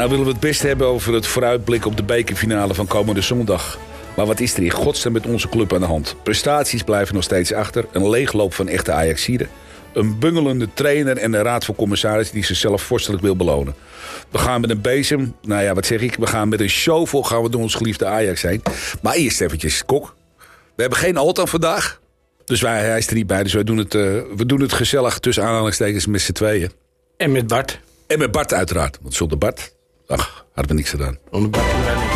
Nou willen we het best hebben over het vooruitblik op de bekerfinale van komende zondag. Maar wat is er in godsnaam met onze club aan de hand? Prestaties blijven nog steeds achter. Een leegloop van echte Ajaxiden. Een bungelende trainer en een raad van commissarissen die zichzelf vorstelijk wil belonen. We gaan met een bezem, we gaan met een show gaan we door ons geliefde Ajax heen. Maar eerst eventjes, Kok. We hebben geen Altan vandaag. Dus hij is er niet bij, dus we doen het gezellig tussen aanhalingstekens met z'n tweeën. En met Bart. En met Bart uiteraard, want zonder Bart, hadden we niks gedaan. Zonder Bart doen wij niks.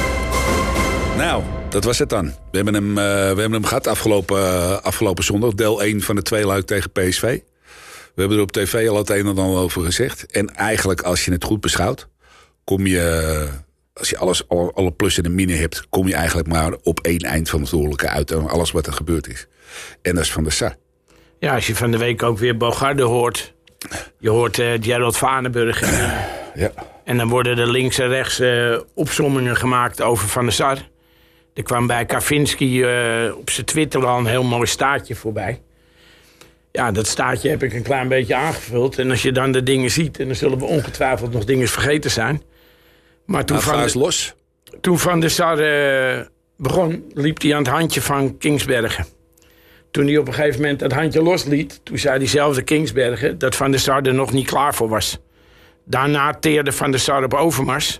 Nou, dat was het dan. We hebben hem gehad afgelopen zondag. Deel 1 van de tweeluik tegen PSV. We hebben er op tv al het een en ander over gezegd. En eigenlijk, als je het goed beschouwt, kom je, als je alle plus en de min hebt, kom je eigenlijk maar op één eind van het oorlijke uit. En alles wat er gebeurd is. En dat is Van der Sar. Ja, als je van de week ook weer Bogarde hoort. Je hoort Gerald Vanenburg. Ja. En dan worden er links en rechts opsommingen gemaakt over Van der Sar. Er kwam bij Kavinski op zijn Twitter al een heel mooi staartje voorbij. Ja, dat staartje heb ik een klein beetje aangevuld. En als je dan de dingen ziet, en dan zullen we ongetwijfeld nog dingen vergeten zijn. Maar toen Van der Sar begon, liep hij aan het handje van Kingsbergen. Toen hij op een gegeven moment het handje losliet, toen zei diezelfde Kingsbergen dat Van der Sar er nog niet klaar voor was. Daarna teerde Van der Sar op Overmars.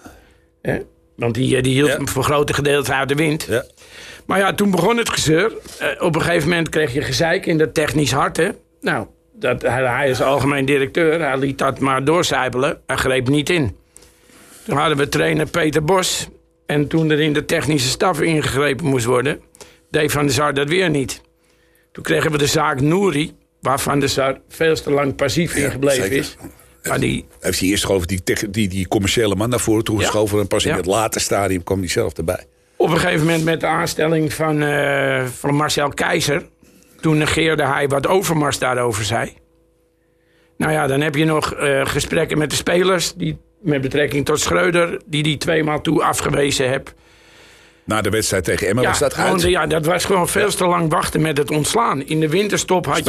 Want die hield hem voor grote gedeelte uit de wind. Ja. Maar ja, toen begon het gezeur. Op een gegeven moment kreeg je gezeik in dat technisch hart. Hè? Nou, hij is algemeen directeur. Hij liet dat maar doorcijpelen. Hij greep niet in. Toen hadden we trainer Peter Bos. En toen er in de technische staf ingegrepen moest worden, deed Van der Sar dat weer niet. Toen kregen we de zaak Nouri, waar Van der Sar veel te lang passief in gebleven is. Maar heeft hij eerst geloof die commerciële man naar voren toe geschoven. En pas in het late stadium kwam hij zelf erbij. Op een gegeven moment met de aanstelling van Marcel Keizer, toen negeerde hij wat Overmars daarover zei. Nou ja, dan heb je nog gesprekken met de spelers, die met betrekking tot Schreuder, die 2 maal toe afgewezen heb. Na de wedstrijd tegen Emmen was dat uit. Ja, dat was gewoon veel te lang wachten met het ontslaan. In de winterstop had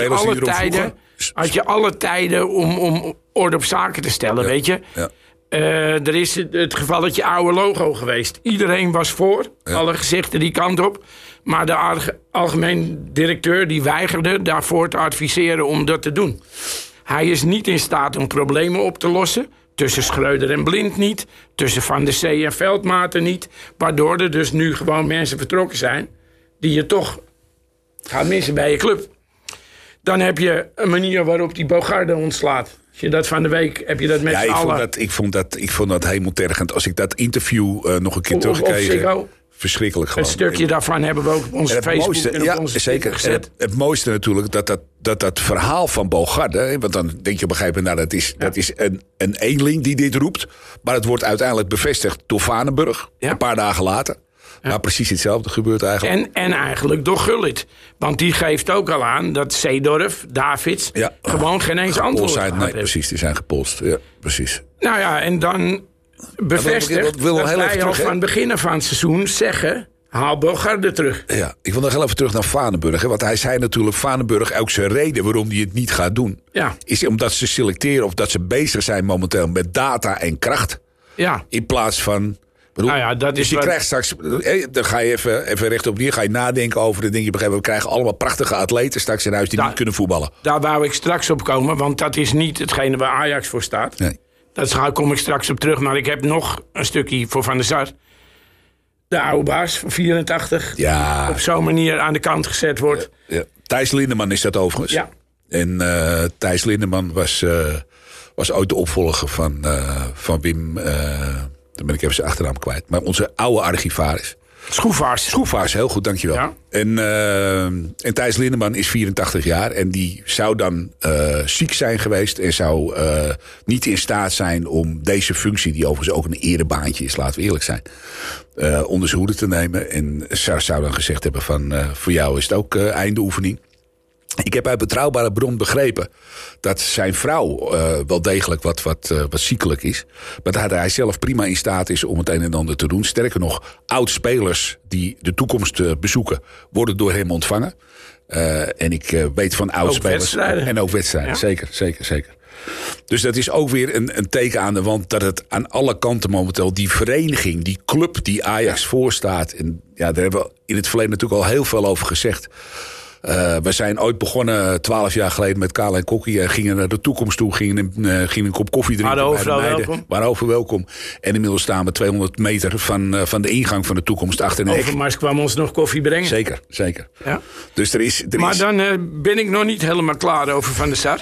je alle tijden om orde op zaken te stellen, weet je. Ja. Er is het gevalletje oude logo geweest. Iedereen was voor, alle gezichten die kant op. Maar de algemeen directeur die weigerde daarvoor te adviseren om dat te doen. Hij is niet in staat om problemen op te lossen. Tussen Schreuder en Blind niet. Tussen Van der Zee en Veldmaten niet. Waardoor er dus nu gewoon mensen vertrokken zijn die je toch gaat missen bij je club. Dan heb je een manier waarop die Bogarde ontslaat. Als je dat van de week, heb je dat met z'n allen. Ik vond dat hemeltergend. Als ik dat interview nog een keer terugkreeg. Verschrikkelijk gewoon. Een stukje daarvan hebben we ook op onze Facebook en op onze zeker gezet. Het mooiste natuurlijk dat verhaal van Bogarde, want dan denk je op een gegeven moment, dat is een eenling die dit roept. Maar het wordt uiteindelijk bevestigd door Vanenburg, een paar dagen later. Ja. Maar precies hetzelfde gebeurt eigenlijk. En eigenlijk door Gullit. Want die geeft ook al aan dat Seedorf, Davids, gewoon geen eens antwoord zijn. Nee, precies, die zijn gepolst. Ja, precies. Nou ja, en dan bevestigt dat wij al van het begin van het seizoen zeggen, haal Bogarde terug. Ja, ik wil nog heel even terug naar Vanenburg. Want hij zei natuurlijk, Vanenburg, ook zijn reden waarom hij het niet gaat doen, is omdat ze selecteren of dat ze bezig zijn momenteel met data en kracht. Ja. In plaats van. Dus je krijgt straks, dan ga je even rechtop neer, ga je nadenken over de dingen. We krijgen allemaal prachtige atleten straks in huis die niet kunnen voetballen. Daar wou ik straks op komen, want dat is niet hetgene waar Ajax voor staat. Nee. Daar kom ik straks op terug, maar ik heb nog een stukje voor Van der Sar. De oude baas van 84, op zo'n manier aan de kant gezet wordt. Ja. Thijs Lindeman is dat overigens. Ja. En Thijs Lindeman was ooit de opvolger van Wim. Dan ben ik even zijn achternaam kwijt. Maar onze oude archivaris. Schroefaars, heel goed, dankjewel. Ja. En Thijs Lindeman is 84 jaar. En die zou dan ziek zijn geweest. En zou niet in staat zijn om deze functie, die overigens ook een erebaantje is, laten we eerlijk zijn, onder zijn hoede te nemen. En zou dan gezegd hebben van, voor jou is het ook einde oefening. Ik heb uit betrouwbare bron begrepen dat zijn vrouw wel degelijk wat ziekelijk is. Maar dat hij zelf prima in staat is om het een en ander te doen. Sterker nog, oud-spelers die de toekomst worden door hem ontvangen. En ik weet van oud-spelers. En ook wedstrijden, zeker. Dus dat is ook weer een teken aan de wand dat het aan alle kanten momenteel die vereniging, die club die Ajax voorstaat. En ja, daar hebben we in het verleden natuurlijk al heel veel over gezegd. We zijn ooit begonnen 12 jaar geleden met Kale en Kokkie. En gingen naar de toekomst toe. Gingen een kop koffie drinken. Waren overal welkom. En inmiddels staan we 200 meter van de ingang van de toekomst achter een hek. Overmars kwam ons nog koffie brengen. Zeker. Ja. Dus er is. Dan ben ik nog niet helemaal klaar over Van der Sar.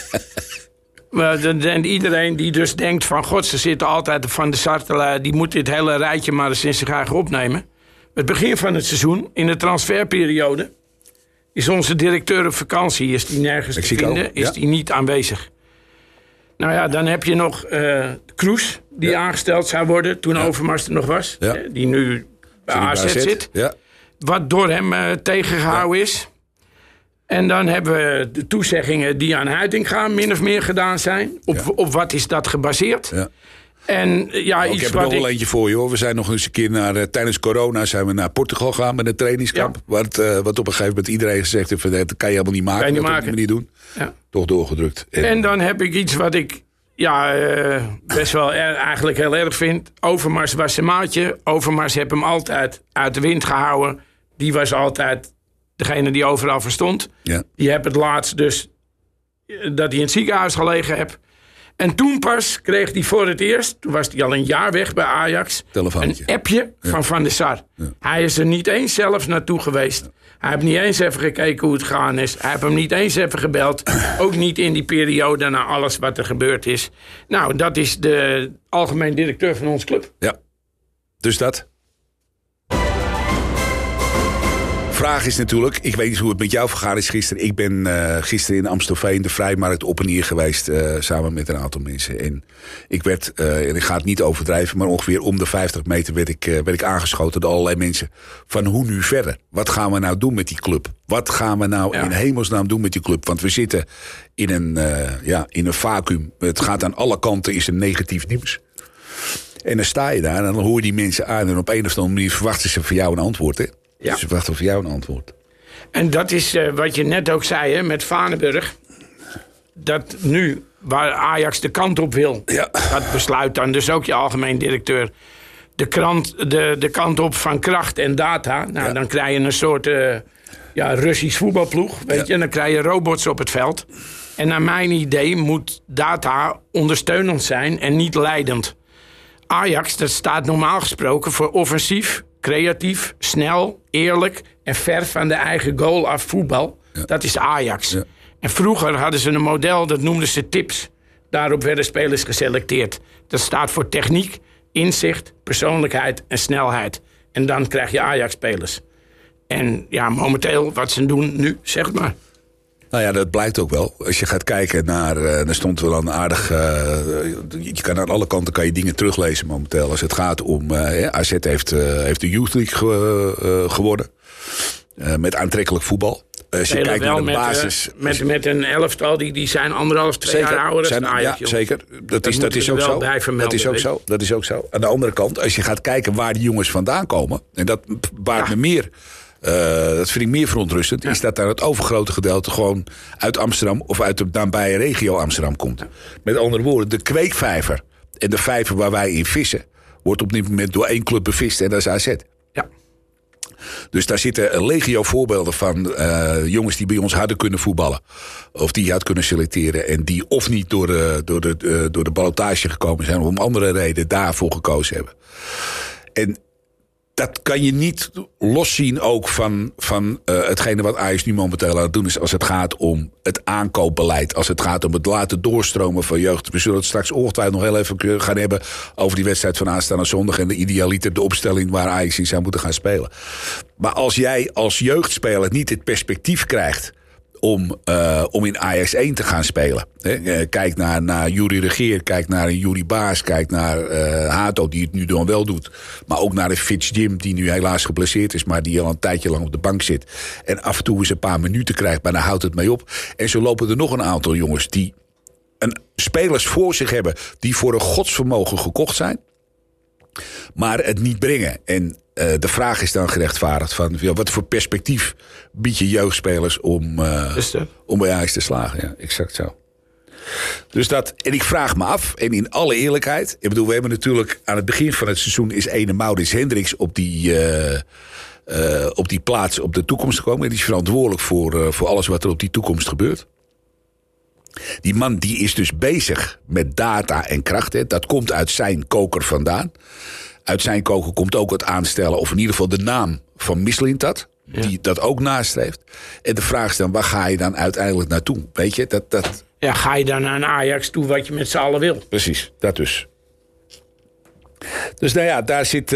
En iedereen die dus denkt van... God, ze zitten altijd op Van der Sar. Die moet dit hele rijtje maar eens in zich eigen opnemen. Het begin van het seizoen, in de transferperiode... is onze directeur op vakantie, is die nergens te vinden, is die niet aanwezig. Nou ja, dan heb je nog Kroes, die aangesteld zou worden toen Overmars er nog was. Ja. Die nu bij AZ zit. Ja. Wat door hem tegengehouden is. En dan hebben we de toezeggingen die aan Huitinga min of meer gedaan zijn. Op wat is dat gebaseerd? Ja. En, ik heb er nog wel eentje voor je hoor. We zijn nog eens een keer tijdens corona zijn we naar Portugal gegaan met een trainingskamp. Ja. Wat op een gegeven moment iedereen gezegd heeft, dat kan je helemaal niet maken. Dat kan je niet doen. Ja. Toch doorgedrukt. En dan heb ik iets wat ik best wel eigenlijk heel erg vind. Overmars was zijn maatje. Overmars heb hem altijd uit de wind gehouden. Die was altijd degene die overal verstond. Ja. Die heb het laatst dus dat hij in het ziekenhuis gelegen heeft. En toen pas kreeg hij voor het eerst... toen was hij al een jaar weg bij Ajax... een appje van der Sar. Ja. Hij is er niet eens zelf naartoe geweest. Ja. Hij heeft niet eens even gekeken hoe het gaan is. Hij heeft hem niet eens even gebeld. Ook niet in die periode na alles wat er gebeurd is. Nou, dat is de algemeen directeur van ons club. Ja, dus dat... Vraag is natuurlijk, ik weet niet hoe het met jou vergaan is gisteren. Ik ben gisteren in Amstelveen de Vrijmarkt op en neer geweest samen met een aantal mensen. En ik werd, en ik ga het niet overdrijven, maar ongeveer om de 50 meter werd ik aangeschoten door allerlei mensen. Van hoe nu verder? Wat gaan we nou doen met die club? Wat gaan we nou in hemelsnaam doen met die club? Want we zitten in een vacuüm. Het gaat aan alle kanten, is een negatief nieuws. En dan sta je daar en dan hoor je die mensen aan. En op een of andere manier verwachten ze van jou een antwoord, hè? Ja. Dus we wachten voor jou een antwoord. En dat is wat je net ook zei hè, met Vaneburg. Dat nu, waar Ajax de kant op wil... dat besluit dan dus ook je algemeen directeur... de kant op van kracht en data. Nou, dan krijg je een soort Russisch voetbalploeg. Weet je? En dan krijg je robots op het veld. En naar mijn idee moet data ondersteunend zijn en niet leidend. Ajax, dat staat normaal gesproken voor offensief... creatief, snel, eerlijk en ver van de eigen goal af voetbal. Ja. Dat is Ajax. Ja. En vroeger hadden ze een model, dat noemden ze tips. Daarop werden spelers geselecteerd. Dat staat voor techniek, inzicht, persoonlijkheid en snelheid. En dan krijg je Ajax-spelers. En ja, momenteel, wat ze doen nu, zeg maar. Nou ja, dat blijkt ook wel. Als je gaat kijken naar... daar stond wel een aardig... je kan aan alle kanten kan je dingen teruglezen momenteel. Als het gaat om... AZ heeft de Youth League gewonnen. Met aantrekkelijk voetbal. Als je kijkt naar de basis... Met een elftal, die zijn 1,5-2 jaar ouder dan Ajax. Ja, zeker. Dat is ook zo. Dat is ook zo. Aan de andere kant, als je gaat kijken waar die jongens vandaan komen... en dat baart me meer... dat vind ik meer verontrustend, is dat daar het overgrote gedeelte gewoon uit Amsterdam of uit de nabije regio Amsterdam komt. Ja. Met andere woorden, de kweekvijver en de vijver waar wij in vissen, wordt op dit moment door één club bevist en dat is AZ. Ja. Dus daar zitten een legio voorbeelden van jongens die bij ons hadden kunnen voetballen. Of die je had kunnen selecteren. En die of niet door de ballotage gekomen zijn, of om andere reden daarvoor gekozen hebben. En dat kan je niet loszien ook van hetgene wat Ajax nu momenteel aan het doen is... als het gaat om het aankoopbeleid. Als het gaat om het laten doorstromen van jeugd. We zullen het straks ongetwijfeld nog heel even gaan hebben... over die wedstrijd van aanstaande zondag... en de idealiter, de opstelling waar Ajax in zou moeten gaan spelen. Maar als jij als jeugdspeler niet het perspectief krijgt... om in Ajax 1 te gaan spelen. Kijk naar Yuri Regeer, kijk naar Yuri Baas... kijk naar Hato, die het nu dan wel doet. Maar ook naar de Fitz Jim, die nu helaas geblesseerd is... maar die al een tijdje lang op de bank zit. En af en toe eens een paar minuten krijgt, maar dan houdt het mee op. En zo lopen er nog een aantal jongens... die spelers voor zich hebben... die voor een godsvermogen gekocht zijn... maar het niet brengen. En de vraag is dan gerechtvaardigd van... wat voor perspectief bied je jeugdspelers om bij Ajax te slagen? Ja, exact zo. Dus en ik vraag me af, en in alle eerlijkheid... Ik bedoel, we hebben natuurlijk aan het begin van het seizoen... is ene Maurits Hendricks op die plaats op de toekomst gekomen. En die is verantwoordelijk voor alles wat er op die toekomst gebeurt. Die man die is dus bezig met data en kracht. Hè. Dat komt uit zijn koker vandaan. Uit zijn koker komt ook het aanstellen... of in ieder geval de naam van Mislintat... die dat ook nastreeft. En de vraag is dan, waar ga je dan uiteindelijk naartoe? Weet je, dat... Ja, ga je dan naar een Ajax toe wat je met z'n allen wil? Precies, dat dus. Dus nou ja, daar zit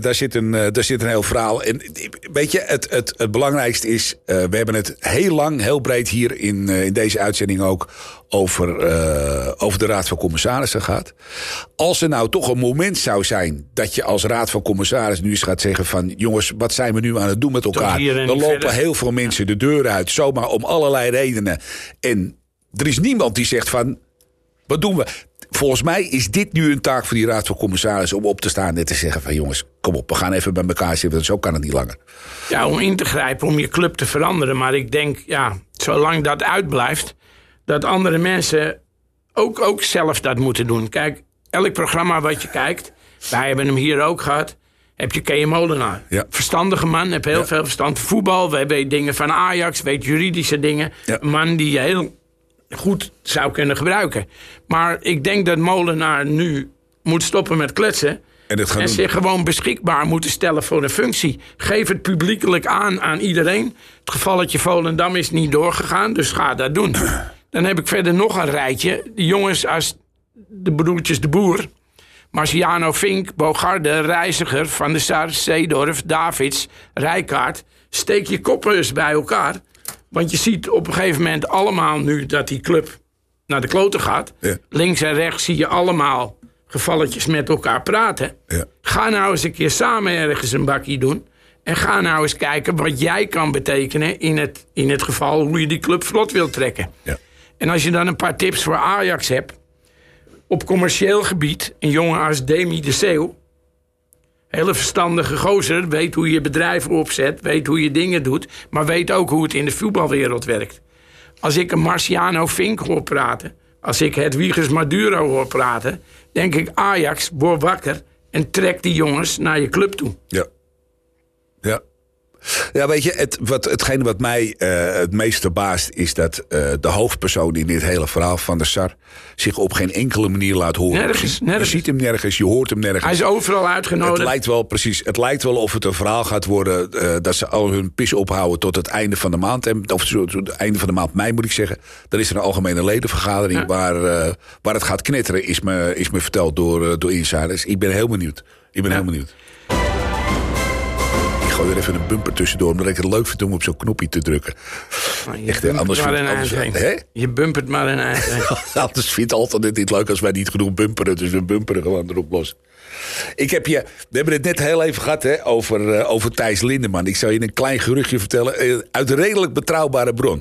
een heel verhaal. En weet je, het belangrijkste is... we hebben het heel lang, heel breed hier in deze uitzending ook... over de Raad van Commissarissen gehad. Als er nou toch een moment zou zijn... dat je als Raad van Commissarissen nu eens gaat zeggen van... jongens, wat zijn we nu aan het doen met elkaar? Dan lopen heel veel mensen de deur uit... zomaar om allerlei redenen. En er is niemand die zegt van... wat doen we? Volgens mij is dit nu een taak voor die Raad van Commissarissen... om op te staan en te zeggen van... jongens, kom op, we gaan even bij elkaar zitten... want zo kan het niet langer. Ja, om in te grijpen, om je club te veranderen. Maar ik denk, ja, zolang dat uitblijft... dat andere mensen ook zelf dat moeten doen. Kijk, elk programma wat je kijkt... wij hebben hem hier ook gehad... heb je Kees Molenaar. Ja. Verstandige man, heb heel veel verstand van voetbal... weet dingen van Ajax, weet juridische dingen. Ja. Een man die je heel... goed zou kunnen gebruiken. Maar ik denk dat Molenaar nu moet stoppen met kletsen... en zich gewoon beschikbaar moeten stellen voor een functie. Geef het publiekelijk aan iedereen. Het gevalletje Volendam is niet doorgegaan, dus ga dat doen. Dan heb ik verder nog een rijtje. Die jongens als de broertjes de Boer... Marciano Vink, Bogarde, Reiziger, Van der Sar, Seedorf, Davids, Rijkaard... steek je koppen eens bij elkaar... Want je ziet op een gegeven moment allemaal nu dat die club naar de kloten gaat. Ja. Links en rechts zie je allemaal gevalletjes met elkaar praten. Ja. Ga nou eens een keer samen ergens een bakkie doen. En ga nou eens kijken wat jij kan betekenen in het geval hoe je die club vlot wilt trekken. Ja. En als je dan een paar tips voor Ajax hebt. Op commercieel gebied, een jongen als Demi de Zeeuw. Hele verstandige gozer, weet hoe je bedrijf opzet... weet hoe je dingen doet... maar weet ook hoe het in de voetbalwereld werkt. Als ik een Marciano Vink hoor praten... als ik Hedwiges Maduro hoor praten... denk ik, Ajax, word wakker... en trek die jongens naar je club toe. Ja. Ja. Ja, weet je, hetgene wat mij het meest verbaast... is dat de hoofdpersoon in dit hele verhaal, Van der Sar... zich op geen enkele manier laat horen. Nergens. Je ziet hem nergens, je hoort hem nergens. Hij is overal uitgenodigd. Het lijkt wel of het een verhaal gaat worden... dat ze al hun pis ophouden tot het einde van de maand. Of het einde van de maand mei, moet ik zeggen. Dan is er een algemene ledenvergadering... waar het gaat knetteren, is me verteld door insiders. Ik ben heel benieuwd. Heel benieuwd. Ik gooi er even een bumper tussendoor, omdat ik het leuk vind om op zo'n knopje te drukken. Je bumpert maar een eind. Anders vindt altijd het niet leuk als wij niet genoeg bumperen. Dus we bumperen gewoon erop los. We hebben het net heel even gehad over Thijs Lindeman. Ik zal je een klein geruchtje vertellen. Uit een redelijk betrouwbare bron.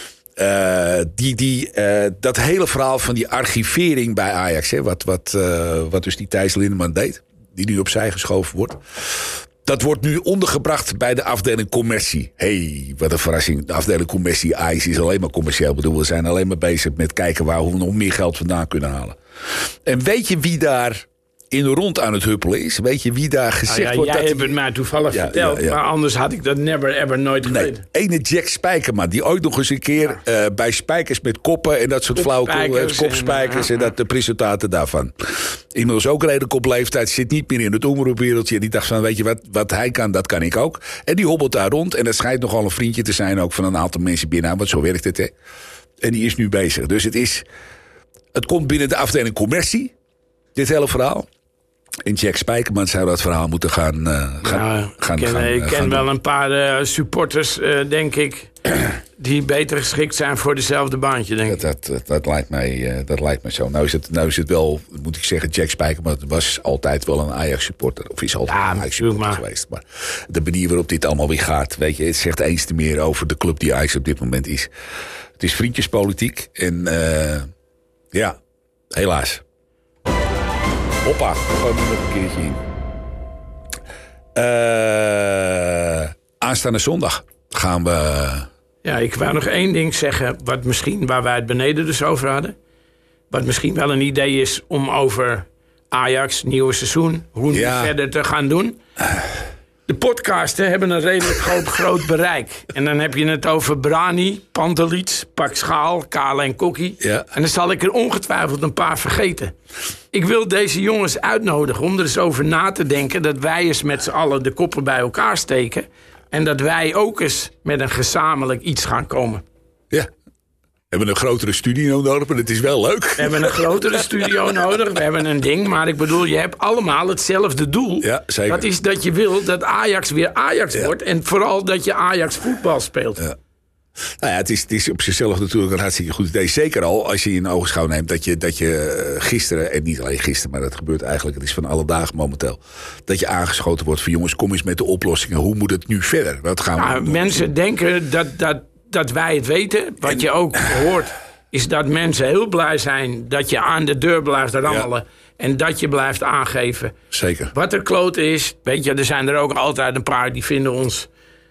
Dat hele verhaal van die archivering bij Ajax. Hè, wat dus die Thijs Lindeman deed. Die nu opzij geschoven wordt. Dat wordt nu ondergebracht bij de afdeling commercie. Wat een verrassing. De afdeling commercie Ajax is alleen maar commercieel. We zijn alleen maar bezig met kijken hoe we nog meer geld vandaan kunnen halen. En weet je wie daar in de rond aan het huppelen is? Weet je wie daar gezegd wordt? Jij hebt het mij toevallig verteld. Maar anders had ik dat nooit geweten. Ene Jack Spijkerman. Die ooit nog eens een keer bij Spijkers met koppen en dat soort flauwekul. Kopspijkers en dat de presentator daarvan. Inmiddels ook redelijk op leeftijd. Zit niet meer in het omroepwereldje. En die dacht van, weet je wat hij kan, dat kan ik ook. En die hobbelt daar rond. En dat schijnt nogal een vriendje te zijn ook van een aantal mensen binnen. Want zo werkt het, hè. En die is nu bezig. Dus het komt binnen de afdeling commercie. Dit hele verhaal. En Jack Spijkerman zou dat verhaal moeten gaan. Ik ken wel een paar supporters, denk ik, die beter geschikt zijn voor dezelfde baantje, denk ik. Dat lijkt mij zo. Nou is het wel, moet ik zeggen, Jack Spijkerman was altijd wel een Ajax-supporter. Of is altijd een Ajax-supporter geweest. Maar de manier waarop dit allemaal weer gaat, weet je, het zegt eens te meer over de club die Ajax op dit moment is. Het is vriendjespolitiek. En helaas. Hoppa, gewoon nog een keertje in. Aanstaande zondag gaan we... Ja, ik wou nog één ding zeggen, waar wij het beneden dus over hadden. Wat misschien wel een idee is om over Ajax, nieuwe seizoen, hoe nu verder te gaan doen. De podcasten hebben een redelijk groot bereik. En dan heb je het over Brani, Pantelic, Pak Schaal, Kale en Kokkie. Ja. En dan zal ik er ongetwijfeld een paar vergeten. Ik wil deze jongens uitnodigen om er eens over na te denken... dat wij eens met z'n allen de koppen bij elkaar steken... en dat wij ook eens met een gezamenlijk iets gaan komen. Ja. We hebben een grotere studio nodig, maar het is wel leuk. We hebben een grotere studio nodig, we hebben een ding... maar ik bedoel, je hebt allemaal hetzelfde doel. Ja, zeker. Dat is dat je wil dat Ajax weer Ajax wordt... en vooral dat je Ajax voetbal speelt. Ja. Nou ja, het is op zichzelf natuurlijk een hartstikke goed idee. Zeker al als je in ogenschouw neemt dat je gisteren... en niet alleen gisteren, maar dat gebeurt eigenlijk... het is van alle dagen momenteel... dat je aangeschoten wordt van jongens, kom eens met de oplossingen. Hoe moet het nu verder? Wat gaan we doen? Mensen denken dat wij het weten. Wat je ook hoort, is dat mensen heel blij zijn... dat je aan de deur blijft rammelen... Ja. En dat je blijft aangeven. Zeker. Wat er klote is, weet je, er zijn er ook altijd een paar... die vinden ons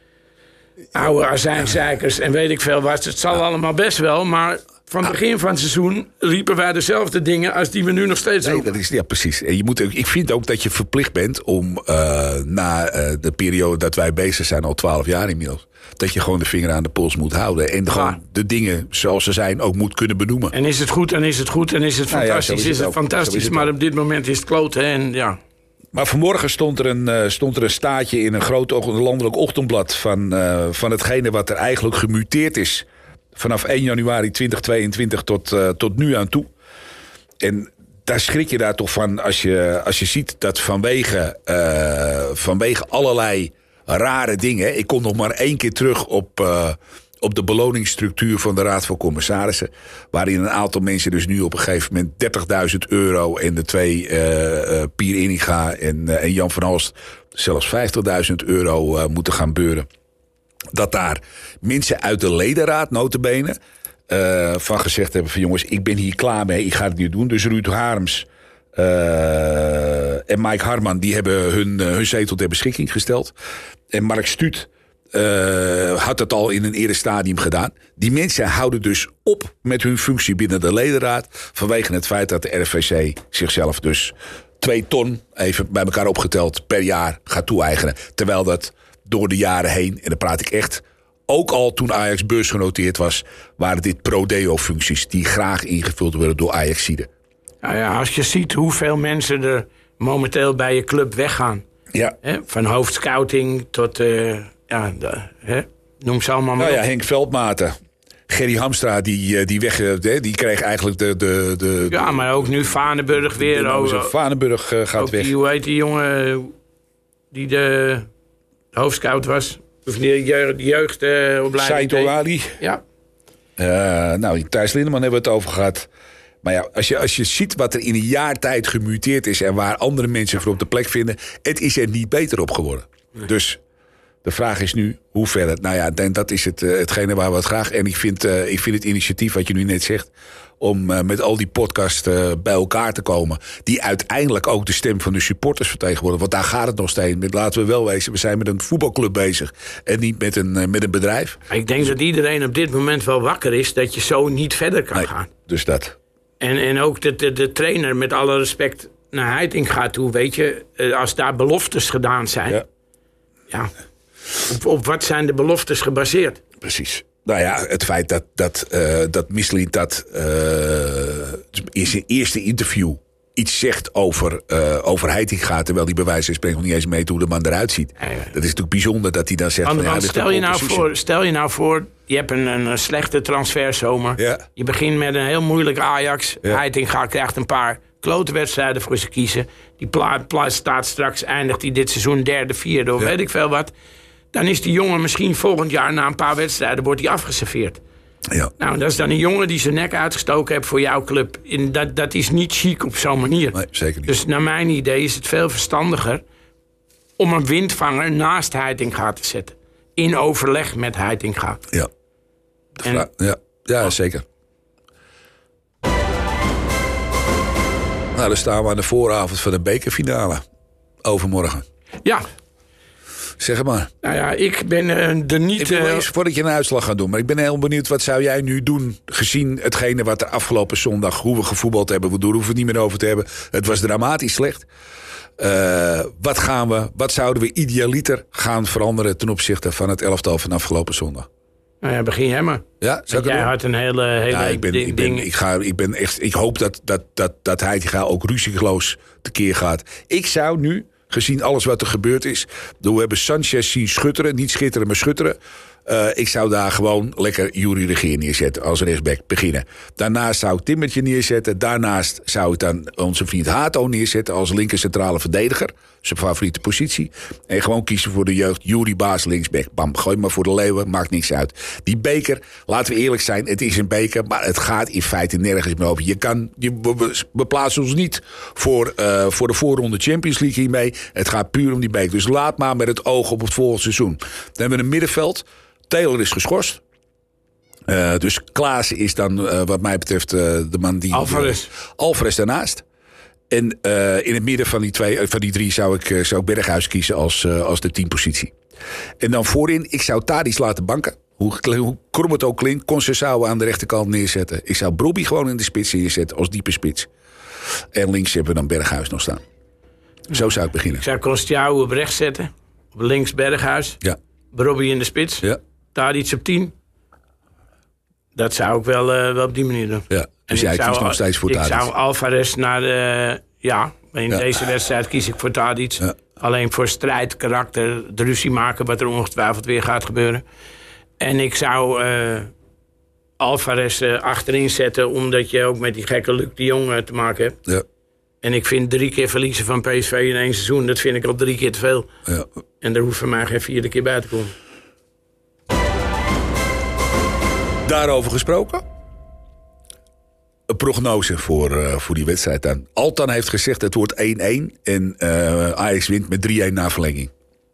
oude azijnzeikers en weet ik veel wat. Het zal allemaal best wel, maar... Van het begin van het seizoen riepen wij dezelfde dingen... als die we nu nog steeds roepen. Dat is, ja, precies. En ik vind ook dat je verplicht bent om na de periode dat wij bezig zijn... al 12 jaar inmiddels... dat je gewoon de vinger aan de pols moet houden. En gewoon de dingen zoals ze zijn ook moet kunnen benoemen. En is het goed, en is het goed, en is het fantastisch, is het fantastisch. Maar op dit moment is het kloten en ja... Maar vanmorgen stond er een staatje in een groot landelijk ochtendblad... van hetgene wat er eigenlijk gemuteerd is... vanaf 1 januari 2022 tot nu aan toe. En daar schrik je daar toch van als je ziet dat vanwege allerlei rare dingen... Ik kom nog maar 1 keer terug op de beloningsstructuur van de Raad van Commissarissen... waarin een aantal mensen dus nu op een gegeven moment €30.000... en de 2 Pier Inninga en Jan van Halst zelfs €50.000 moeten gaan beuren... dat daar mensen uit de ledenraad notabene van gezegd hebben van jongens, ik ben hier klaar mee, ik ga het niet doen. Dus Ruud Harms en Mike Harman die hebben hun zetel ter beschikking gesteld. En Mark Stuut had het al in een eerder stadium gedaan. Die mensen houden dus op met hun functie binnen de ledenraad vanwege het feit dat de RVC zichzelf dus 2 ton, even bij elkaar opgeteld, per jaar gaat toe-eigenen. Terwijl dat door de jaren heen, en dan praat ik echt... ook al toen Ajax beursgenoteerd was... waren dit pro-deo-functies die graag ingevuld worden door Ajaxiden. Nou ja, als je ziet hoeveel mensen er momenteel bij je club weggaan... Ja. Hè, van hoofdscouting tot... noem ze allemaal maar op. Ja, Henk Veldmaten. Gerry Hamstra, die kreeg eigenlijk de... Ja, maar ook nu Vaneburg weer. Vaneburg gaat weg. Hoe heet die jongen die de hoofdscout was? Of de jeugdopleiding. Said Olali. Ja. Thijs Lindeman hebben we het over gehad. Maar ja, als je ziet wat er in een jaar tijd gemuteerd is... en waar andere mensen voor op de plek vinden... het is er niet beter op geworden. Nee. Dus de vraag is nu, hoe verder? Nou ja, dat is hetgene waar we het graag... En ik vind het initiatief wat je nu net zegt... om met al die podcasts bij elkaar te komen... die uiteindelijk ook de stem van de supporters vertegenwoordigen. Want daar gaat het nog steeds. Laten we wel wezen, we zijn met een voetbalclub bezig... en niet met een bedrijf. Ik denk dat iedereen op dit moment wel wakker is... dat je zo niet verder kan gaan. Dus dat. En ook de trainer, met alle respect naar Heitinga toe... weet je, als daar beloftes gedaan zijn... Ja. Op wat zijn de beloftes gebaseerd? Precies. Nou ja, het feit dat Misselin in zijn eerste interview iets zegt over Heitinga... terwijl die bij wijze van spreken nog niet eens mee hoe de man eruit ziet. Ja. Dat is natuurlijk bijzonder dat hij dan zegt... Stel je nou voor, je hebt een slechte transferzomer. Ja. Je begint met een heel moeilijk Ajax. Ja. Heitinga krijgt een paar klote wedstrijden voor ze kiezen. Die staat straks, eindigt hij dit seizoen 3e, 4e of weet ik veel wat... Dan is die jongen misschien volgend jaar na een paar wedstrijden... wordt hij afgeserveerd. Ja. Nou, dat is dan een jongen die zijn nek uitgestoken heeft voor jouw club. Dat is niet chic op zo'n manier. Nee, zeker niet. Dus naar mijn idee is het veel verstandiger... om een windvanger naast Heitinga te zetten. In overleg met Heitinga. Ja, zeker. Nou, dan staan we aan de vooravond van de bekerfinale. Overmorgen. Ja. Zeg maar. Nou ja, ik ben er niet... Ik wil eens voordat je een uitslag gaat doen. Maar ik ben heel benieuwd, wat zou jij nu doen... gezien hetgene wat er afgelopen zondag... hoe we gevoetbald hebben, daar hoeven we het niet meer over te hebben. Het was dramatisch slecht. Wat zouden we idealiter gaan veranderen... ten opzichte van het elftal van afgelopen zondag? Nou ja, begin jij maar. Ja, jij had een hele ik hoop dat Heitinga ook ruzieloos tekeer gaat. Ik zou nu, gezien alles wat er gebeurd is... we hebben Sanchez zien schutteren, niet schitteren, maar schutteren... ik zou daar gewoon lekker Yuri Regeer neerzetten als rechtsback beginnen. Daarnaast zou ik Timmertje neerzetten. Daarnaast zou ik dan onze vriend Hato neerzetten als linker centrale verdediger. Zijn favoriete positie. En gewoon kiezen voor de jeugd. Yuri Baas linksback. Bam, gooi maar voor de Leeuwen. Maakt niks uit. Die beker, laten we eerlijk zijn. Het is een beker, maar het gaat in feite nergens meer over. We plaatsen ons niet voor de voorronde Champions League hiermee. Het gaat puur om die beker. Dus laat maar met het oog op het volgende seizoen. Dan hebben we een middenveld. Taylor is geschorst. Dus Klaassen is dan wat mij betreft de man die... Alvarez daarnaast. En in het midden van die drie zou ik Berghuis kiezen als de 10-positie. En dan voorin, ik zou Tadic laten banken. Hoe krom het ook klinkt. Conceição aan de rechterkant neerzetten. Ik zou Brobbey gewoon in de spits neerzetten als diepe spits. En links hebben we dan Berghuis nog staan. Zo zou ik beginnen. Ik zou Conceição op rechts zetten. Op links Berghuis. Ja. Brobbey in de spits. Ja. Tadic op 10. Dat zou ik wel op die manier doen. Ja, dus jij kiest nog steeds voor Tadic. Ik zou Alvarez naar de... Ja, in deze wedstrijd kies ik voor Tadic. Ja. Alleen voor strijd, karakter, de ruzie maken... wat er ongetwijfeld weer gaat gebeuren. En ik zou Alvarez achterin zetten... omdat je ook met die gekke Luc de Jong te maken hebt. Ja. En ik vind 3 keer verliezen van PSV in 1 seizoen... dat vind ik al 3 keer te veel. Ja. En er hoeft voor mij geen 4e keer bij te komen. Daarover gesproken. Een prognose voor die wedstrijd dan. Altan heeft gezegd het wordt 1-1 en Ajax wint met 3-1 na verlenging.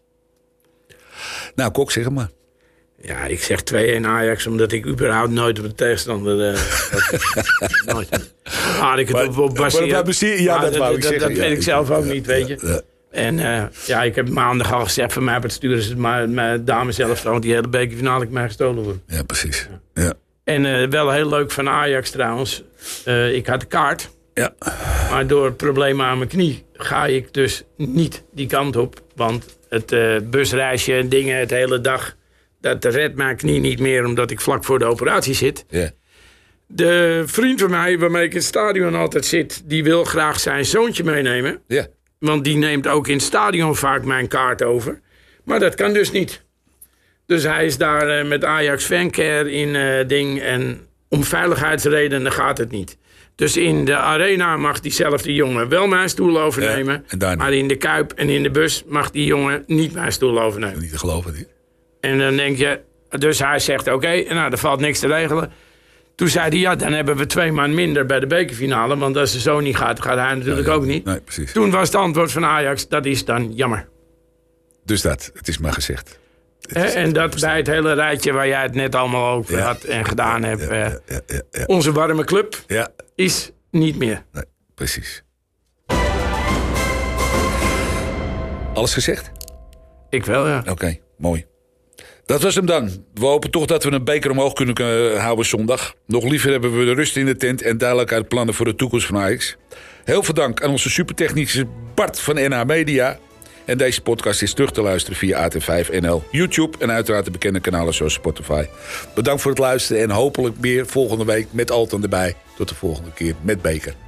Nou, Kok, zeg het maar. Ja, ik zeg 2-1 Ajax, omdat ik überhaupt nooit op de tegenstander... nooit. Had ik het op baseren. Ja, dat wou ik zeggen. Dat weet ik zelf ook niet, weet je. Ja. En ik heb maandag al gezegd... van mij sturen ze mijn dames zelf... want die hele bekerfinale ik mij gestolen wordt. Ja, precies. Ja. En wel heel leuk van Ajax trouwens. Ik had de kaart. Ja. Maar door problemen aan mijn knie... ga ik dus niet die kant op. Want het busreisje en dingen het hele dag... dat redt mijn knie niet meer... omdat ik vlak voor de operatie zit. Ja. De vriend van mij, waarmee ik in het stadion altijd zit... die wil graag zijn zoontje meenemen. Ja. Want die neemt ook in het stadion vaak mijn kaart over. Maar dat kan dus niet. Dus hij is daar met Ajax Fancare in ding. En om veiligheidsredenen gaat het niet. Dus in de arena mag diezelfde jongen wel mijn stoel overnemen. Ja, maar in de Kuip en in de bus mag die jongen niet mijn stoel overnemen. Niet te geloven, niet. En dan denk je... Dus hij zegt, oké, er valt niks te regelen. Toen zei hij, ja, dan hebben we 2 man minder bij de bekerfinale. Want als ze zo niet gaat hij natuurlijk ook niet. Nee, precies. Toen was het antwoord van Ajax, dat is dan jammer. Dus het is maar gezegd. En dat bij het hele rijtje waar jij het net allemaal over had en gedaan hebt. Onze warme club is niet meer. Nee, precies. Alles gezegd? Ik wel, ja. Oké, mooi. Dat was hem dan. We hopen toch dat we een beker omhoog kunnen houden zondag. Nog liever hebben we de rust in de tent en duidelijkheid plannen voor de toekomst van Ajax. Heel veel dank aan onze supertechnische Bart van NH Media. En deze podcast is terug te luisteren via AT5NL, YouTube en uiteraard de bekende kanalen zoals Spotify. Bedankt voor het luisteren en hopelijk weer volgende week met Altan erbij. Tot de volgende keer met beker.